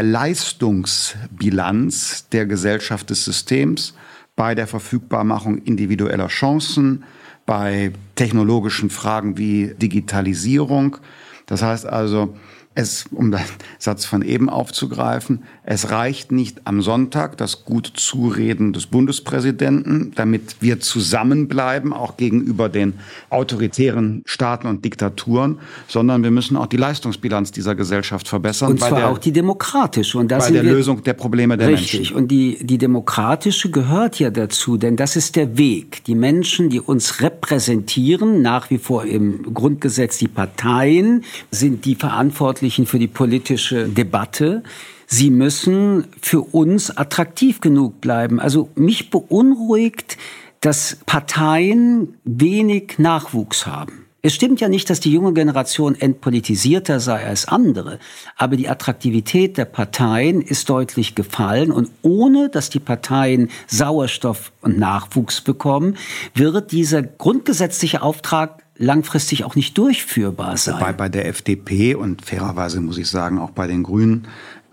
Leistungsbilanz der Gesellschaft des Systems bei der Verfügbarmachung individueller Chancen, bei technologischen Fragen wie Digitalisierung. Das heißt also, um den Satz von eben aufzugreifen, es reicht nicht am Sonntag das gute Zureden des Bundespräsidenten, damit wir zusammenbleiben, auch gegenüber den autoritären Staaten und Diktaturen, sondern wir müssen auch die Leistungsbilanz dieser Gesellschaft verbessern. Und zwar auch die demokratische. Und bei der Lösung der Probleme der Menschen. Richtig. Und die demokratische gehört ja dazu, denn das ist der Weg. Die Menschen, die uns repräsentieren, nach wie vor im Grundgesetz die Parteien, sind die Verantwortlichen für die politische Debatte. Sie müssen für uns attraktiv genug bleiben. Also mich beunruhigt, dass Parteien wenig Nachwuchs haben. Es stimmt ja nicht, dass die junge Generation entpolitisierter sei als andere, aber die Attraktivität der Parteien ist deutlich gefallen und ohne, dass die Parteien Sauerstoff und Nachwuchs bekommen, wird dieser grundgesetzliche Auftrag langfristig auch nicht durchführbar sein. Wobei bei der FDP und fairerweise muss ich sagen auch bei den Grünen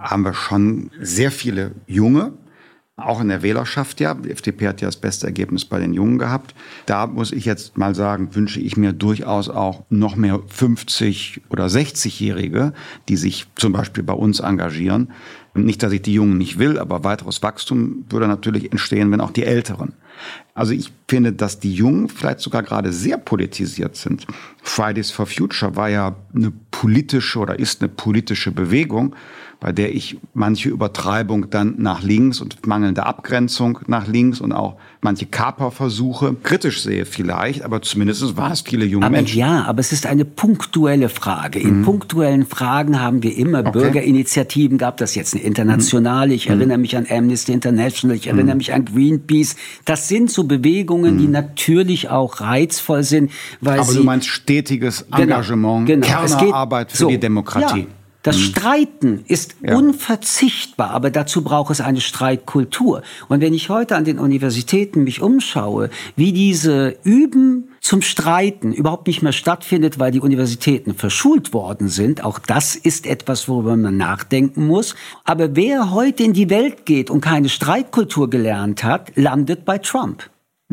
haben wir schon sehr viele Junge, auch in der Wählerschaft ja. Die FDP hat ja das beste Ergebnis bei den Jungen gehabt. Da muss ich jetzt mal sagen, wünsche ich mir durchaus auch noch mehr 50- oder 60-Jährige, die sich zum Beispiel bei uns engagieren. Nicht, dass ich die Jungen nicht will, aber weiteres Wachstum würde natürlich entstehen, wenn auch die Älteren. Also ich finde, dass die Jungen vielleicht sogar gerade sehr politisiert sind. Fridays for Future war ja eine politische oder ist eine politische Bewegung, bei der ich manche Übertreibung dann nach links und mangelnde Abgrenzung nach links und auch manche Kaperversuche kritisch sehe vielleicht, aber zumindest war es viele junge Menschen. Ja, aber es ist eine punktuelle Frage. In punktuellen Fragen haben wir immer Bürgerinitiativen gehabt, das ist jetzt eine internationale, ich erinnere mich an Amnesty International, ich erinnere mich an Greenpeace. Das sind so Bewegungen, die natürlich auch reizvoll sind, weil aber du meinst stetiges Engagement, Kernarbeit für die Demokratie. Ja. Das Streiten ist unverzichtbar, aber dazu braucht es eine Streitkultur. Und wenn ich heute an den Universitäten mich umschaue, wie diese Üben zum Streiten überhaupt nicht mehr stattfindet, weil die Universitäten verschult worden sind, auch das ist etwas, worüber man nachdenken muss. Aber wer heute in die Welt geht und keine Streitkultur gelernt hat, landet bei Trump.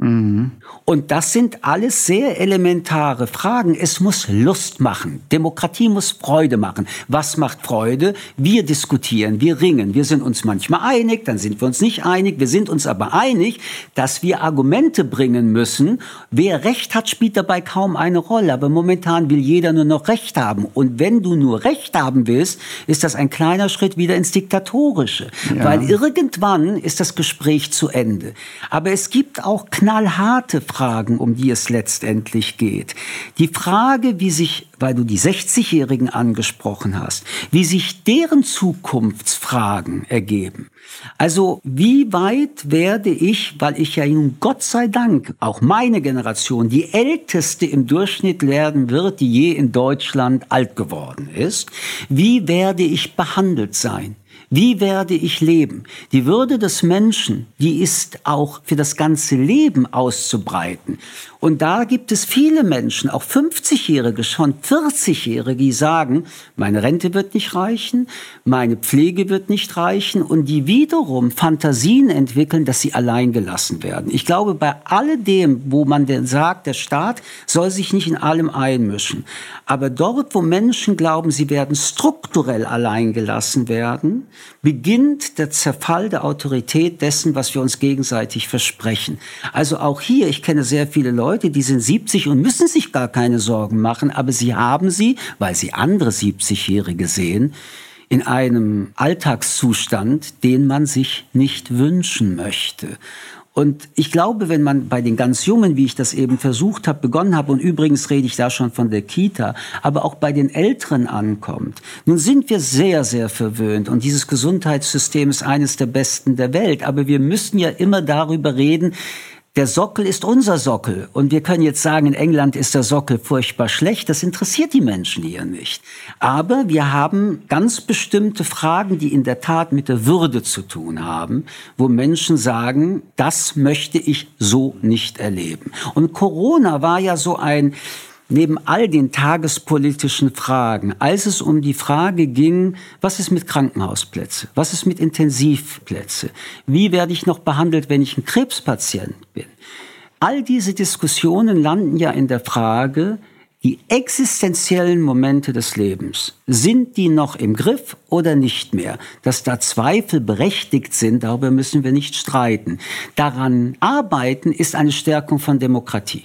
Und das sind alles sehr elementare Fragen. Es muss Lust machen. Demokratie muss Freude machen. Was macht Freude? Wir diskutieren, wir ringen. Wir sind uns manchmal einig, dann sind wir uns nicht einig. Wir sind uns aber einig, dass wir Argumente bringen müssen. Wer Recht hat, spielt dabei kaum eine Rolle. Aber momentan will jeder nur noch Recht haben. Und wenn du nur Recht haben willst, ist das ein kleiner Schritt wieder ins Diktatorische. Ja. Weil irgendwann ist das Gespräch zu Ende. Aber es gibt auch knallharte Fragen, um die es letztendlich geht. Die Frage, wie sich, weil du die 60-Jährigen angesprochen hast, wie sich deren Zukunftsfragen ergeben. Also wie weit werde ich, weil ich ja nun Gott sei Dank, auch meine Generation, die älteste im Durchschnitt werden wird, die je in Deutschland alt geworden ist, wie werde ich behandelt sein? Wie werde ich leben? Die Würde des Menschen, die ist auch für das ganze Leben auszubreiten. Und da gibt es viele Menschen, auch 50-Jährige, schon 40-Jährige, die sagen, meine Rente wird nicht reichen, meine Pflege wird nicht reichen und die wiederum Fantasien entwickeln, dass sie allein gelassen werden. Ich glaube, bei alledem, wo man denn sagt, der Staat soll sich nicht in allem einmischen, aber dort, wo Menschen glauben, sie werden strukturell allein gelassen werden, beginnt der Zerfall der Autorität dessen, was wir uns gegenseitig versprechen. Also auch hier, ich kenne sehr viele Leute, die sind 70 und müssen sich gar keine Sorgen machen, aber sie haben sie, weil sie andere 70-Jährige sehen, in einem Alltagszustand, den man sich nicht wünschen möchte. Und ich glaube, wenn man bei den ganz Jungen, wie ich das eben versucht habe, begonnen habe, und übrigens rede ich da schon von der Kita, aber auch bei den Älteren ankommt. Nun sind wir sehr, sehr verwöhnt und dieses Gesundheitssystem ist eines der besten der Welt. Aber wir müssen ja immer darüber reden, der Sockel ist unser Sockel. Und wir können jetzt sagen, in England ist der Sockel furchtbar schlecht. Das interessiert die Menschen hier nicht. Aber wir haben ganz bestimmte Fragen, die in der Tat mit der Würde zu tun haben, wo Menschen sagen, das möchte ich so nicht erleben. Und Corona war ja so ein, neben all den tagespolitischen Fragen, als es um die Frage ging, was ist mit Krankenhausplätzen, was ist mit Intensivplätzen, wie werde ich noch behandelt, wenn ich ein Krebspatient bin. All diese Diskussionen landen ja in der Frage, die existenziellen Momente des Lebens, sind die noch im Griff oder nicht mehr? Dass da Zweifel berechtigt sind, darüber müssen wir nicht streiten. Daran arbeiten ist eine Stärkung von Demokratie.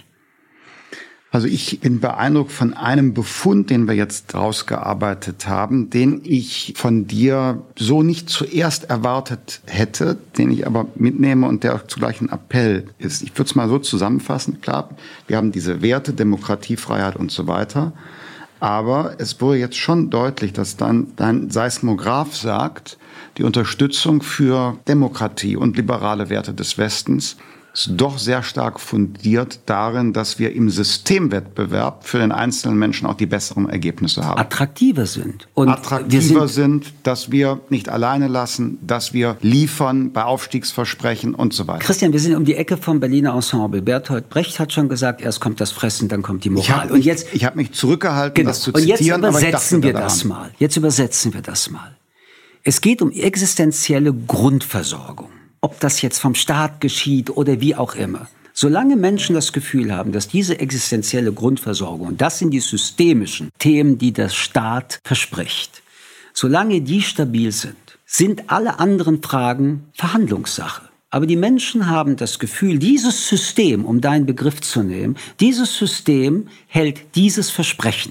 Also ich bin beeindruckt von einem Befund, den wir jetzt rausgearbeitet haben, den ich von dir so nicht zuerst erwartet hätte, den ich aber mitnehme und der auch zugleich ein Appell ist. Ich würde es mal so zusammenfassen. Klar, wir haben diese Werte, Demokratie, Freiheit und so weiter. Aber es wurde jetzt schon deutlich, dass dann dein Seismograph sagt, die Unterstützung für Demokratie und liberale Werte des Westens ist doch sehr stark fundiert darin, dass wir im Systemwettbewerb für den einzelnen Menschen auch die besseren Ergebnisse haben. Attraktiver sind. Und attraktiver sind, dass wir nicht alleine lassen, dass wir liefern bei Aufstiegsversprechen und so weiter. Christian, wir sind um die Ecke vom Berliner Ensemble. Bertolt Brecht hat schon gesagt, erst kommt das Fressen, dann kommt die Moral. Ich habe mich zurückgehalten, das zu zitieren. Und jetzt übersetzen wir das mal. Es geht um existenzielle Grundversorgung. Ob das jetzt vom Staat geschieht oder wie auch immer. Solange Menschen das Gefühl haben, dass diese existenzielle Grundversorgung, und das sind die systemischen Themen, die der Staat verspricht, solange die stabil sind alle anderen Fragen Verhandlungssache. Aber die Menschen haben das Gefühl, dieses System, um deinen Begriff zu nehmen, dieses System hält dieses Versprechen.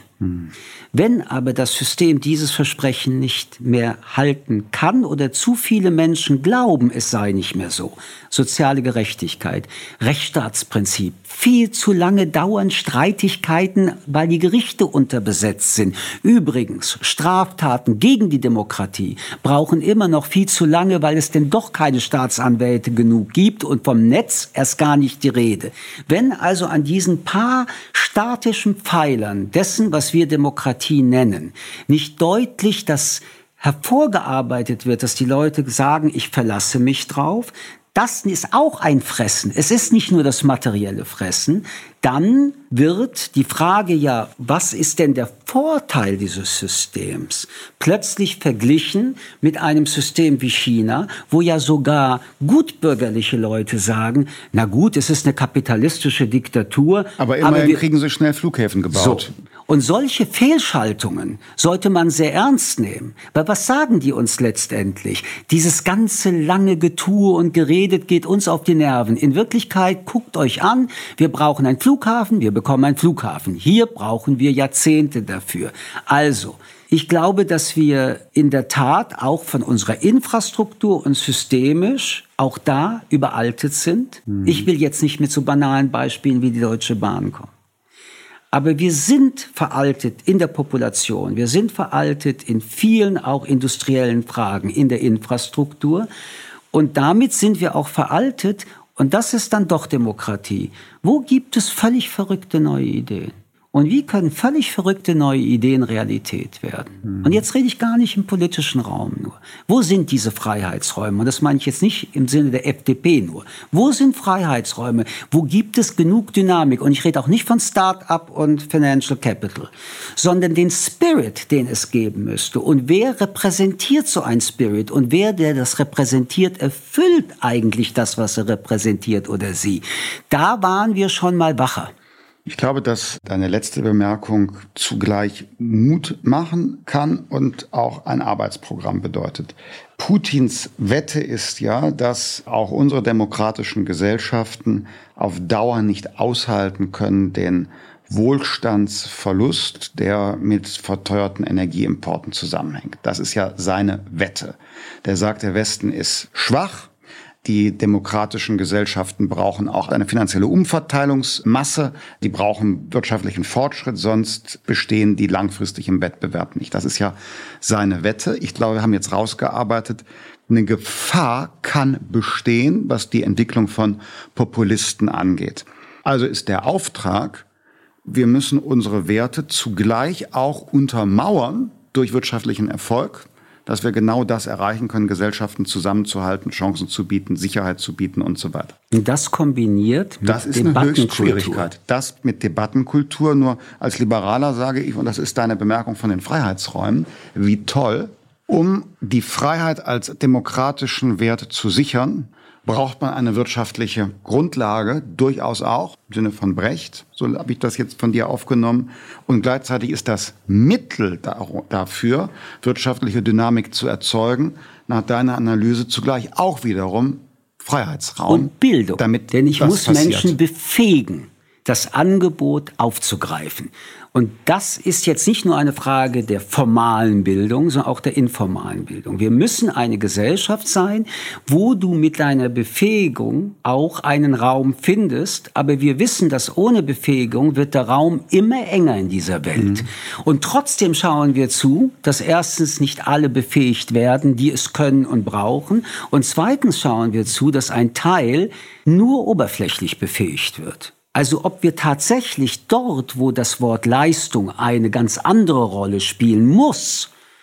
Wenn aber das System dieses Versprechen nicht mehr halten kann oder zu viele Menschen glauben, es sei nicht mehr so, soziale Gerechtigkeit, Rechtsstaatsprinzip, viel zu lange dauern Streitigkeiten, weil die Gerichte unterbesetzt sind. Übrigens, Straftaten gegen die Demokratie brauchen immer noch viel zu lange, weil es denn doch keine Staatsanwälte genug gibt und vom Netz erst gar nicht die Rede. Wenn also an diesen paar statischen Pfeilern dessen, was wir Demokratie nennen, nicht deutlich das hervorgearbeitet wird, dass die Leute sagen, ich verlasse mich drauf, das ist auch ein Fressen. Es ist nicht nur das materielle Fressen. Dann wird die Frage ja, was ist denn der Vorteil dieses Systems, plötzlich verglichen mit einem System wie China, wo ja sogar gutbürgerliche Leute sagen, na gut, es ist eine kapitalistische Diktatur. Aber immerhin kriegen sie schnell Flughäfen gebaut. So. Und solche Fehlschaltungen sollte man sehr ernst nehmen. Weil was sagen die uns letztendlich? Dieses ganze lange Getue und Geredet geht uns auf die Nerven. In Wirklichkeit, guckt euch an, wir brauchen einen Flughafen, wir bekommen einen Flughafen. Hier brauchen wir Jahrzehnte dafür. Also, ich glaube, dass wir in der Tat auch von unserer Infrastruktur und systemisch auch da überaltet sind. Ich will jetzt nicht mit so banalen Beispielen wie die Deutsche Bahn kommen. Aber wir sind veraltet in der Population, wir sind veraltet in vielen auch industriellen Fragen, in der Infrastruktur. Und damit sind wir auch veraltet, und das ist dann doch Demokratie. Wo gibt es völlig verrückte neue Ideen? Und wie können völlig verrückte neue Ideen Realität werden? Und jetzt rede ich gar nicht im politischen Raum nur. Wo sind diese Freiheitsräume? Und das meine ich jetzt nicht im Sinne der FDP nur. Wo sind Freiheitsräume? Wo gibt es genug Dynamik? Und ich rede auch nicht von Start-up und Financial Capital, sondern den Spirit, den es geben müsste. Und wer repräsentiert so ein Spirit? Und wer, der das repräsentiert, erfüllt eigentlich das, was er repräsentiert oder sie? Da waren wir schon mal wacher. Ich glaube, dass deine letzte Bemerkung zugleich Mut machen kann und auch ein Arbeitsprogramm bedeutet. Putins Wette ist ja, dass auch unsere demokratischen Gesellschaften auf Dauer nicht aushalten können, den Wohlstandsverlust, der mit verteuerten Energieimporten zusammenhängt. Das ist ja seine Wette. Der sagt, der Westen ist schwach. Die demokratischen Gesellschaften brauchen auch eine finanzielle Umverteilungsmasse. Die brauchen wirtschaftlichen Fortschritt, sonst bestehen die langfristig im Wettbewerb nicht. Das ist ja seine Wette. Ich glaube, wir haben jetzt rausgearbeitet, eine Gefahr kann bestehen, was die Entwicklung von Populisten angeht. Also ist der Auftrag, wir müssen unsere Werte zugleich auch untermauern durch wirtschaftlichen Erfolg, dass wir genau das erreichen können, Gesellschaften zusammenzuhalten, Chancen zu bieten, Sicherheit zu bieten und so weiter. Und das kombiniert mit Das ist eine Höchstschwierigkeit. Das mit Debattenkultur, nur als Liberaler sage ich, und das ist deine Bemerkung von den Freiheitsräumen, wie toll, um die Freiheit als demokratischen Wert zu sichern, braucht man eine wirtschaftliche Grundlage, durchaus auch, im Sinne von Brecht, so habe ich das jetzt von dir aufgenommen. Und gleichzeitig ist das Mittel dafür, wirtschaftliche Dynamik zu erzeugen, nach deiner Analyse zugleich auch wiederum Freiheitsraum. Und Bildung, denn ich muss passiert. Menschen befähigen, das Angebot aufzugreifen. Und das ist jetzt nicht nur eine Frage der formalen Bildung, sondern auch der informalen Bildung. Wir müssen eine Gesellschaft sein, wo du mit deiner Befähigung auch einen Raum findest. Aber wir wissen, dass ohne Befähigung wird der Raum immer enger in dieser Welt. Und trotzdem schauen wir zu, dass erstens nicht alle befähigt werden, die es können und brauchen. Und zweitens schauen wir zu, dass ein Teil nur oberflächlich befähigt wird. Also ob wir tatsächlich dort, wo das Wort Leistung eine ganz andere Rolle spielen muss,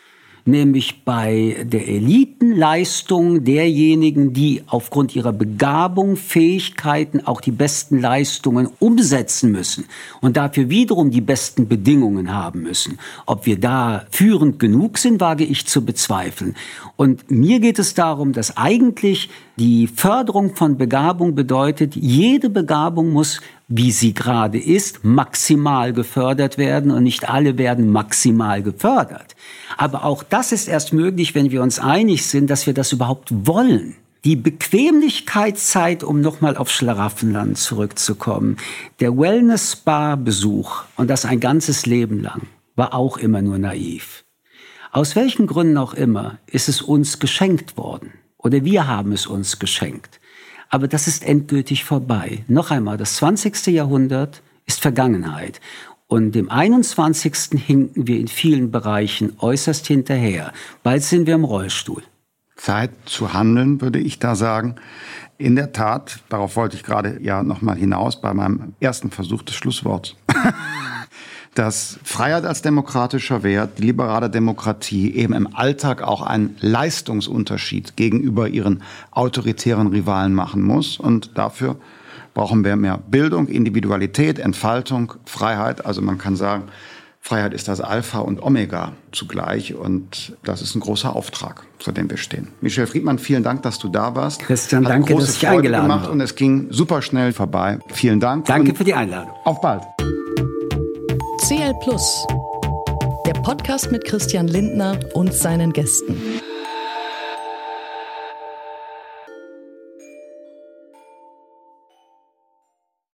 nämlich bei der Elitenleistung derjenigen, die aufgrund ihrer Begabung, Fähigkeiten auch die besten Leistungen umsetzen müssen und dafür wiederum die besten Bedingungen haben müssen. Ob wir da führend genug sind, wage ich zu bezweifeln. Und mir geht es darum, dass eigentlich die Förderung von Begabung bedeutet, jede Begabung muss, wie sie gerade ist, maximal gefördert werden und nicht alle werden maximal gefördert. Aber auch das ist erst möglich, wenn wir uns einig sind, dass wir das überhaupt wollen. Die Bequemlichkeitszeit, um nochmal auf Schlaraffenland zurückzukommen, der Wellness-Spa-Besuch, und das ein ganzes Leben lang, war auch immer nur naiv. Aus welchen Gründen auch immer ist es uns geschenkt worden. Oder wir haben es uns geschenkt. Aber das ist endgültig vorbei. Noch einmal, das 20. Jahrhundert ist Vergangenheit. Und im 21. hinken wir in vielen Bereichen äußerst hinterher. Bald sind wir im Rollstuhl. Zeit zu handeln, würde ich da sagen. In der Tat, darauf wollte ich gerade ja nochmal hinaus bei meinem ersten Versuch des Schlussworts. Dass Freiheit als demokratischer Wert, die liberale Demokratie eben im Alltag auch einen Leistungsunterschied gegenüber ihren autoritären Rivalen machen muss. Und dafür brauchen wir mehr Bildung, Individualität, Entfaltung, Freiheit. Also man kann sagen, Freiheit ist das Alpha und Omega zugleich. Und das ist ein großer Auftrag, vor dem wir stehen. Michel Friedmann, vi+vielen Dank, dass du da warst. Christian, danke, dass ich eingeladen habe. Und es ging super schnell vorbei. Vielen Dank. Danke für die Einladung. Auf bald. CL+, der Podcast mit Christian Lindner und seinen Gästen.